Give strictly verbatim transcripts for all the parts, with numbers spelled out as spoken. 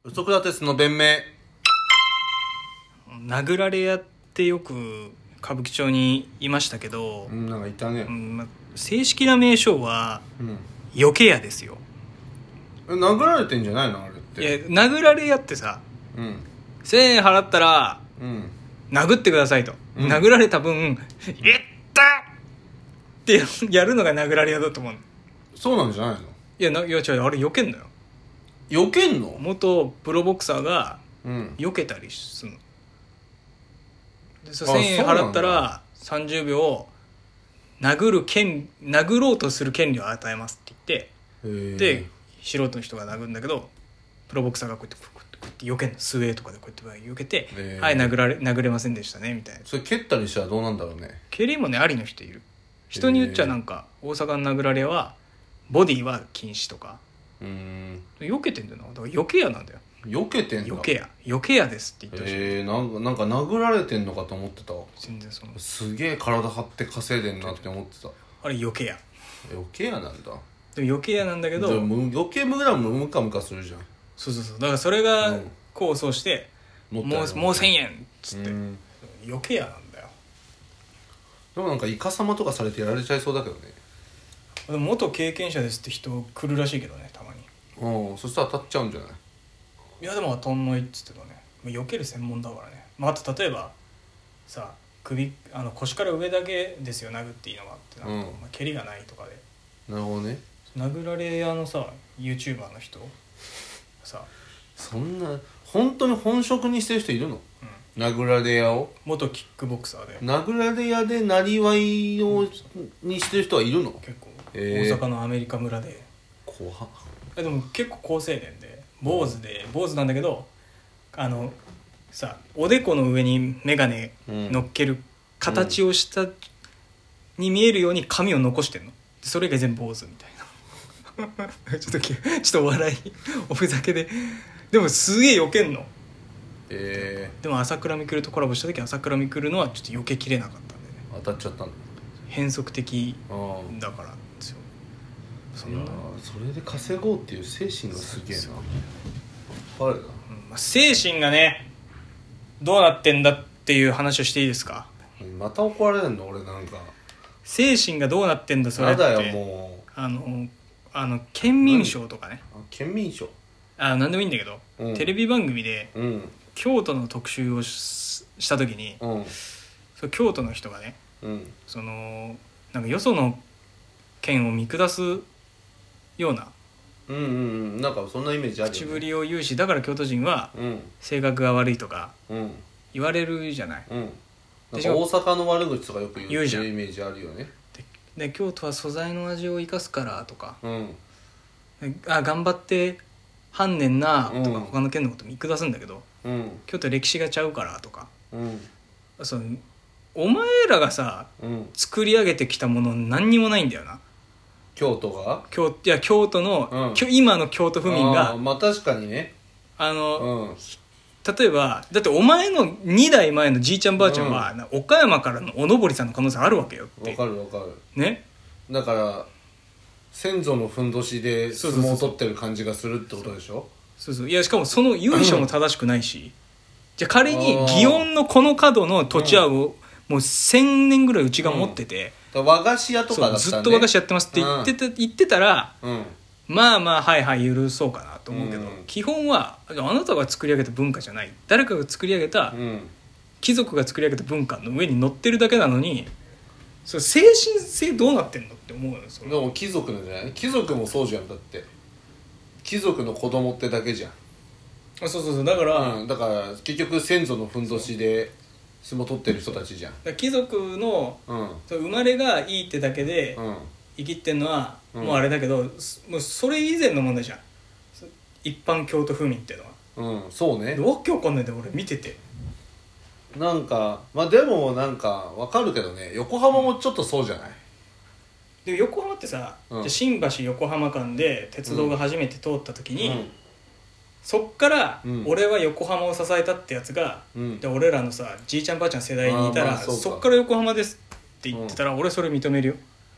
ソクラテスの弁明。 殴られ屋ってよく歌舞伎町にいましたけど、 うん、なんかいたね、 うんま、正式な名称はうん、 余計屋ですよ。 え殴られてんじゃないのあれって。 いや殴られ屋ってさ、 うん、 せんえん払ったらうん殴ってくださいと、 うん、 殴られた分「いった!」ってやるのが殴られ屋だと思う。 そうなんじゃないの。 いやないや違う、あれ避けんのよ。 避けんの。 元プロボクサーがうん避けたりするので、せんえん払ったらさんじゅうびょう殴る権殴ろうとする権利を与えますって言って、で素人の人が殴るんだけど、プロボクサーがこうやってこうやってこうやって避けんの、スウェーとかでこうやって避けて、はい殴られ殴れませんでしたねみたいな。 それ蹴ったりしたらどうなんだろうね。 蹴りもねありの人いる。人によっちゃなんか大阪の殴られはボディは禁止とか、 うーん、 避けてんだよな。だから避け屋なんだよ。 避けてんだ。 避け屋避け屋ですって言ってほしい。 えー、なんかなんか殴られてんのかと思ってた。 全然そのすげえ体張って稼いでんなって思ってた。 あれ避け屋余計やなんだ。 でも余計屋なんだけど、 でも余計ムラムムカムカするじゃん。 そうそうそう、だからそれがうん功を奏して、 ももうもうせんえんっつって、 うん余計屋なんだよ。 でもなんかイカサマとかされてやられちゃいそうだけどね。 でも元経験者ですって人来るらしいけどね、たまに。 うん、そしたら当たっちゃうんじゃない。 いやでも当たんないっつってたね。避ける専門だからね。まあ、あと例えばさ、首あの腰から上だけですよ殴っていいのはってなると、 うんまあ、蹴りがないとかでなるほどね。 殴られ屋のさ YouTuber の人さ、 そんな本当に本職にしてる人いるの、うん、殴られ屋を元キックボクサーで殴られ屋でなりわいをにしてる人はいるの。 結構、 えー、 大阪のアメリカ村で怖っ。 でも結構好青年で坊主で坊主なんだけど、あのさおでこの上に眼鏡乗っける形をした、うん、に見えるように髪を残してんの。それが全部坊主みたいなちょっとちょっと笑いおふざけで、でもすげえ避けんの。 えー、でも朝倉未来とコラボした時朝倉未来のはちょっと避けきれなかったんでね。 当たっちゃったんだ。 変則的だからですよ。 そんなそれで稼ごうっていう精神がすげえな。あれだ、うんまあ、精神がねどうなってんだっていう話をしていいですか。 また怒られるの俺なんか。 精神がどうなってんだそれって。 やだよもう。 あのあの県民賞とかね。 あ県民賞あ何でもいいんだけど、うん、テレビ番組で、うん、京都の特集を し, した時に、うん、そ京都の人がね、うん、そのなんかよその県を見下すような、 うんうんうん、なんかそんなイメージあるよね。 口ぶりを言うし、だから京都人は性格が悪いとか言われるじゃない、うん、 なんか大阪の悪口とかよく言う言うじゃん。 イメージあるよね。 で, で京都は素材の味を生かすからとか、うん、あ頑張ってはんねんなとか、他の県のこと見下すんだけど、うん、京都歴史がちゃうからとか、うん、そのお前らがさ、うん、作り上げてきたもの何にもないんだよな。 京都が京いや京都の、うん、今の京都府民が、 あまあ確かにね、 あの、うん、例えばだってお前のにだいまえのじいちゃんばあちゃんは、うん、岡山からのおのぼりさんの可能性あるわけよって。 わかるわかるね。だから先祖のふんどしで相撲を取ってる感じがするってことでしょ。 そうそう、いやしかもその由緒も正しくないしじゃあ仮に祇園のこの角の土地は、うん、もうせんねんぐらいうちが持ってて、 うん、和菓子屋とかだったら、ね、 ずっと和菓子やってますって言ってた、うん、言ってたら、うん、まあまあはいはい許そうかなと思うけど、うん、基本はあなたが作り上げた文化じゃない、誰かが作り上げた、うん、貴族が作り上げた文化の上に乗ってるだけなのに、それ精神性どうなってんのって思うよ。それでも貴族なんじゃない。貴族もそうじゃん。だって貴族の子供ってだけじゃん。 あそうそうそう、だから、 うん、だから結局先祖のふんどしで相撲取ってる人たちじゃん。 だ貴族の、うん、生まれがいいってだけで、うん、生きってんのは、うん、もうあれだけど、もうそれ以前の問題じゃん、一般京都府民っていうのは。 うん、そうね。 わけわかんないんだよ俺見てて。 なんかまあでもなんかわかるけどね、横浜もちょっとそうじゃない。 で横浜ってさ、うん、じゃ新橋横浜間で鉄道が初めて通った時に、うん、そっから俺は横浜を支えたってやつが、うん、で俺らのさじいちゃんばあちゃん世代にいたら、まあ、そ, そっから横浜ですって言ってたら、うん、俺それ認めるよ。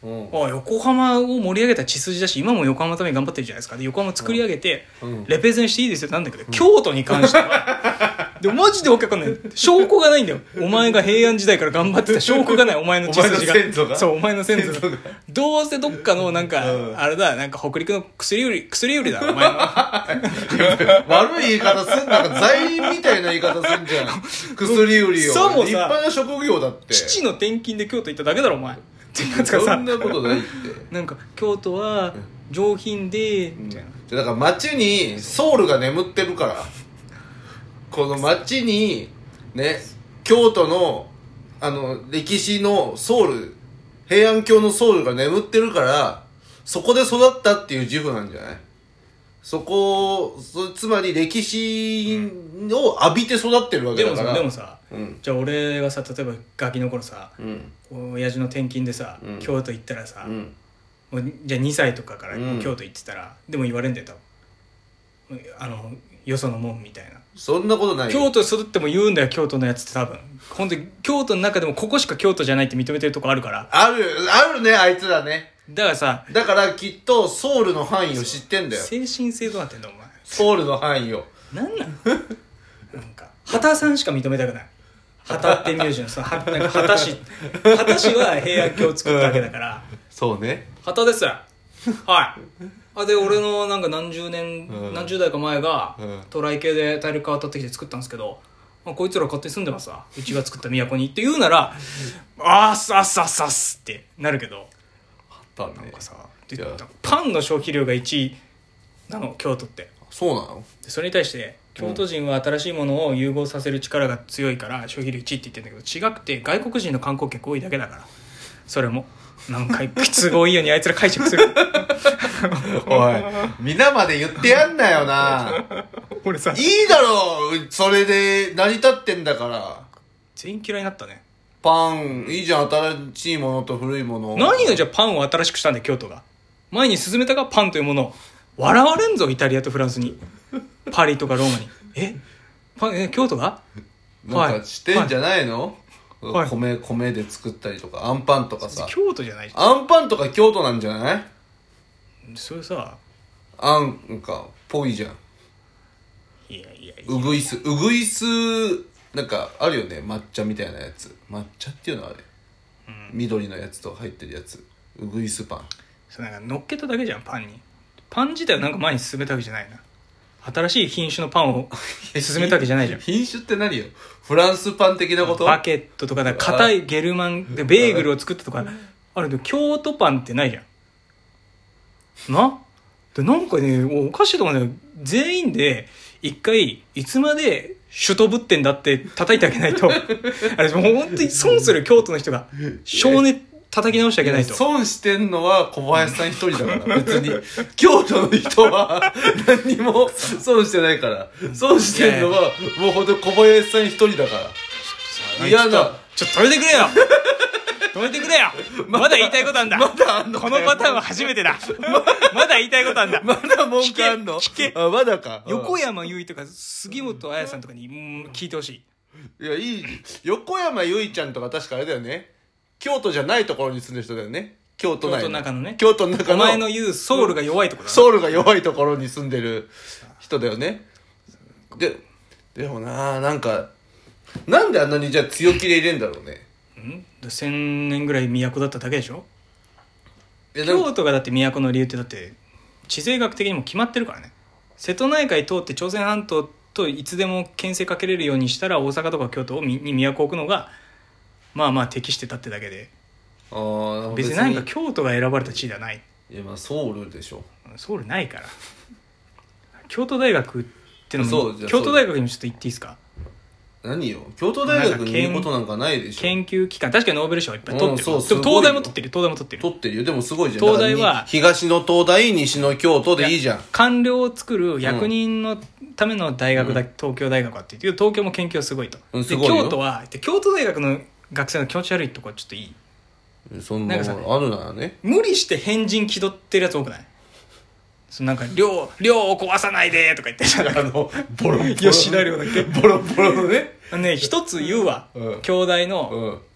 うんあ横浜を盛り上げた血筋だし今も横浜のために頑張ってるじゃないですか。で横浜を作り上げて、 うん、 レペゼンしていいですよなんだけど、うん、京都に関してはでもマジでわけわかんない。証拠がないんだよ。お前が平安時代から頑張ってた証拠がない。お前の血筋が。 お前の先祖が。 そう、お前の先祖が。どうせどっかのなんか、うん、あれだ、なんか北陸の薬売り、薬売りだ、お前の。 悪い言い方すんなんか罪人みたいな言い方すんじゃん。薬売りを。 そうもさ、 一般の職業だって。 父の転勤で京都行っただけだろ、お前。 そんなことないって。 なんか、京都は上品で、みたいな。 うん、だから街にソウルが眠ってるから。この街にね京都のあの歴史のソウル平安京のソウルが眠ってるからそこで育ったっていう自負なんじゃない？そこそつまり歴史を浴びて育ってるわけだから。 でもさ、でもさ、うん、じゃあ俺がさ例えばガキの頃さ、うん、親父の転勤でさ、うん、京都行ったらさ、うん、もうじゃあにさいとかから京都行ってたら、うん、でも言われんだよ多分あのよそのもんみたいな。 そんなことないよ。 京都育っても言うんだよ京都のやつって多分本当に京都の中でもここしか京都じゃないって認めてるとこあるから。 あるあるねあいつらね。 だからさだからきっとソウルの範囲を知ってんだよ。 精神性どうなってんだお前。 ソウルの範囲をなんなんなんか畑さんしか認めたくない。畑ってミュージアムそのなんか畑市畑市は平安京を作ったわけだから、 うん、そうね畑ですよはいあで俺のなんか何十年、うん、何十代か前が、うん、渡来系で大陸渡ってきて作ったんですけど、まあ、こいつら勝手に住んでますわうちが作った都にって言うならあーっさっさっさっすってなるけどあったねなんかさパンの消費量がいちいなの京都って。 そうなの？ それに対して京都人は新しいものを融合させる力が強いから消費量いちいって言ってるんだけど違くて外国人の観光客多いだけだからそれも何回都合いいようにあいつら解釈するおい皆まで言ってやんなよな俺さいいだろうそれで成り立ってんだから全員嫌いになったね。 パンいいじゃん新しいものと古いもの。 何がじゃあパンを新しくしたんだよ京都が。前に進めたがパンというものを笑われんぞイタリアとフランスにパリとかローマにえパンえ京都がなんかしてんじゃないの、はい、米米で作ったりとかあんパンとかさ京都じゃないあんパンとか京都なんじゃない？ それさあんかぽいじゃん。 いやいやいやうぐいすうぐいすなんかあるよね抹茶みたいなやつ抹茶っていうのあれ、うん、緑のやつと入ってるやつうぐいすパン。 それなんか乗っけただけじゃんパンに。パン自体はなんか前に進めたわけじゃないな。新しい品種のパンを進めたわけじゃないじゃん。 品種って何よ？フランスパン的なこと？ バケットとかだ硬いゲルマンでベーグルを作ったとかあるけど京都パンってないじゃんな。でなんかねおかしいとこね全員で一回いつまで首都ぶってんだって叩いてあげないとあれもう本当に損する京都の人が少年叩き直してあげないと。 損してんのは小林さん一人だから別に京都の人は何にも損してないから損してんのはもうほんと小林さん一人だから嫌だ。 ちょっと止めてくれよ止めてくれよまだ言いたいことあんだ。 まだあんのこのパターンは初めてだま, まだ言いたいことあんだ。 まだ文句あんの？ 聞けあまだか。 横山由依とか杉本彩さんとかに聞いてほしい。いやいい横山由依ちゃんとか確かあれだよね京都じゃないところに住んでる人だよね。京都内京都の中のね京都の中のお前の言うソウルが弱いところだ、 ソウルが弱いところに住んでる人だよね。ででもななんかなんであんなにじゃあ強気で入れんだろうね。 んせんねんぐらい都だっただけでしょ。京都がだって都の理由ってだって地政学的にも決まってるからね。瀬戸内海通って朝鮮半島といつでも牽制かけれるようにしたら大阪とか京都に都を置くのがまあまあ適してたってだけであ別に何か京都が選ばれた地位ではない。 いやまあソウルでしょ。 ソウルないから京都大学ってのも京都大学にもちょっと言っていいですか。 何よ京都大学に言うことなんかないでしょ。 研究機関確かにノーベル賞いっぱい取ってる、うん、 そうでも東大も取ってる東大も取ってる取ってるよ。でもすごいじゃん。 東大は東の東大西の京都でいいじゃん。 官僚を作る役人のための大学だ、うん、東京大学はって言うけど東京も研究はすごいと、 うん、すでごいよ。 京都はで京都大学の学生の気持ち悪いとこちょっといい。 そんなのあるならね。 無理して変人気取ってるやつ多くない？そのなんか寮寮を壊さないでとか言ってあのボロボロ吉田寮だっけボロボロのねね一つ言うわ、うん、京大の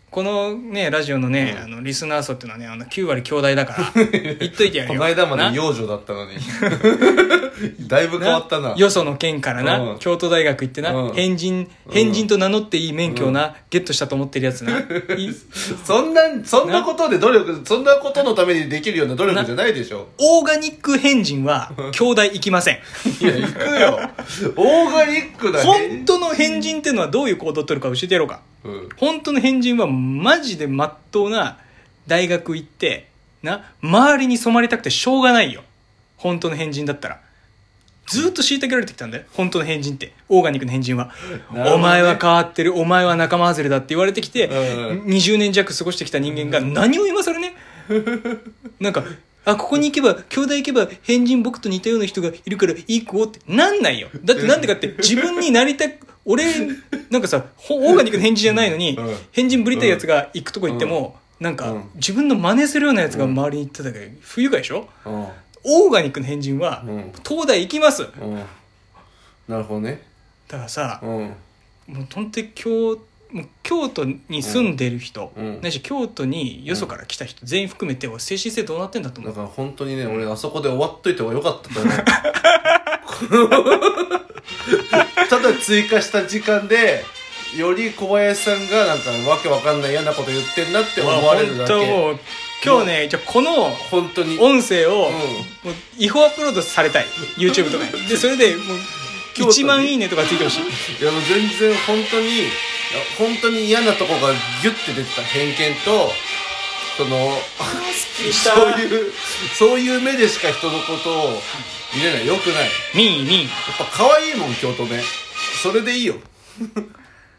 このねラジオのね、うん、あのリスナー層っていうのはねあのきゅう割兄弟だから言っといてやるよ。 この間まで幼女だったのにだいぶ変わったな。 よその県からな、うん、京都大学行ってな、うん、変人変人と名乗っていい免許をな、うん、ゲットしたと思ってるやつな。 そんなそんなことで努力そんなことのためにできるような努力じゃないでしょ。 オーガニック変人は兄弟行きません。 いや行くよ。オーガニックだ。 本当の変人っていうのはどういう行動を取るか教えてやろうか。うん、本当の変人はマジで真っ当な大学行ってな周りに染まりたくてしょうがないよ。本当の変人だったらずっと虐げられてきたんだよ。本当の変人ってオーガニックの変人は、ね、お前は変わってるお前は仲間外れだって言われてきて、うん、にじゅうねん弱過ごしてきた人間が何を今更ねなんかあここに行けば兄弟行けば変人僕と似たような人がいるからいい子ってなんないよ。だってなんでかって自分になりたく俺なんかさオーガニックの変人じゃないのに、うん、変人ぶりたいやつが行くとこ行っても、うん、なんか、うん、自分の真似するようなやつが周りに行ってたから不愉快でしょ、うん、オーガニックの変人は、うん、東大行きます、うん、 なるほどね。 だからさ、うん、もう本当に京もう京都に住んでる人、うん、ないし京都によそから来た人、うん、全員含めて精神性どうなってんだと思う。 だから本当にね俺あそこで終わっといてもよかったと思うただ追加した時間でより小林さんがなんかわけわかんない嫌なこと言ってんなって思われるだけ。 本当もう今日ねじゃこの本当に音声を、うん、もう違法アップロードされたい YouTube とかにでそれでもういちまんいいねとかついてほしい。 いやもう全然本当に本当に嫌なとこがギュッて出てた偏見とそのそういうそういう目でしか人のことを見れない。よくない。 ミーミーやっぱ可愛いもん京都ね。それでいいよ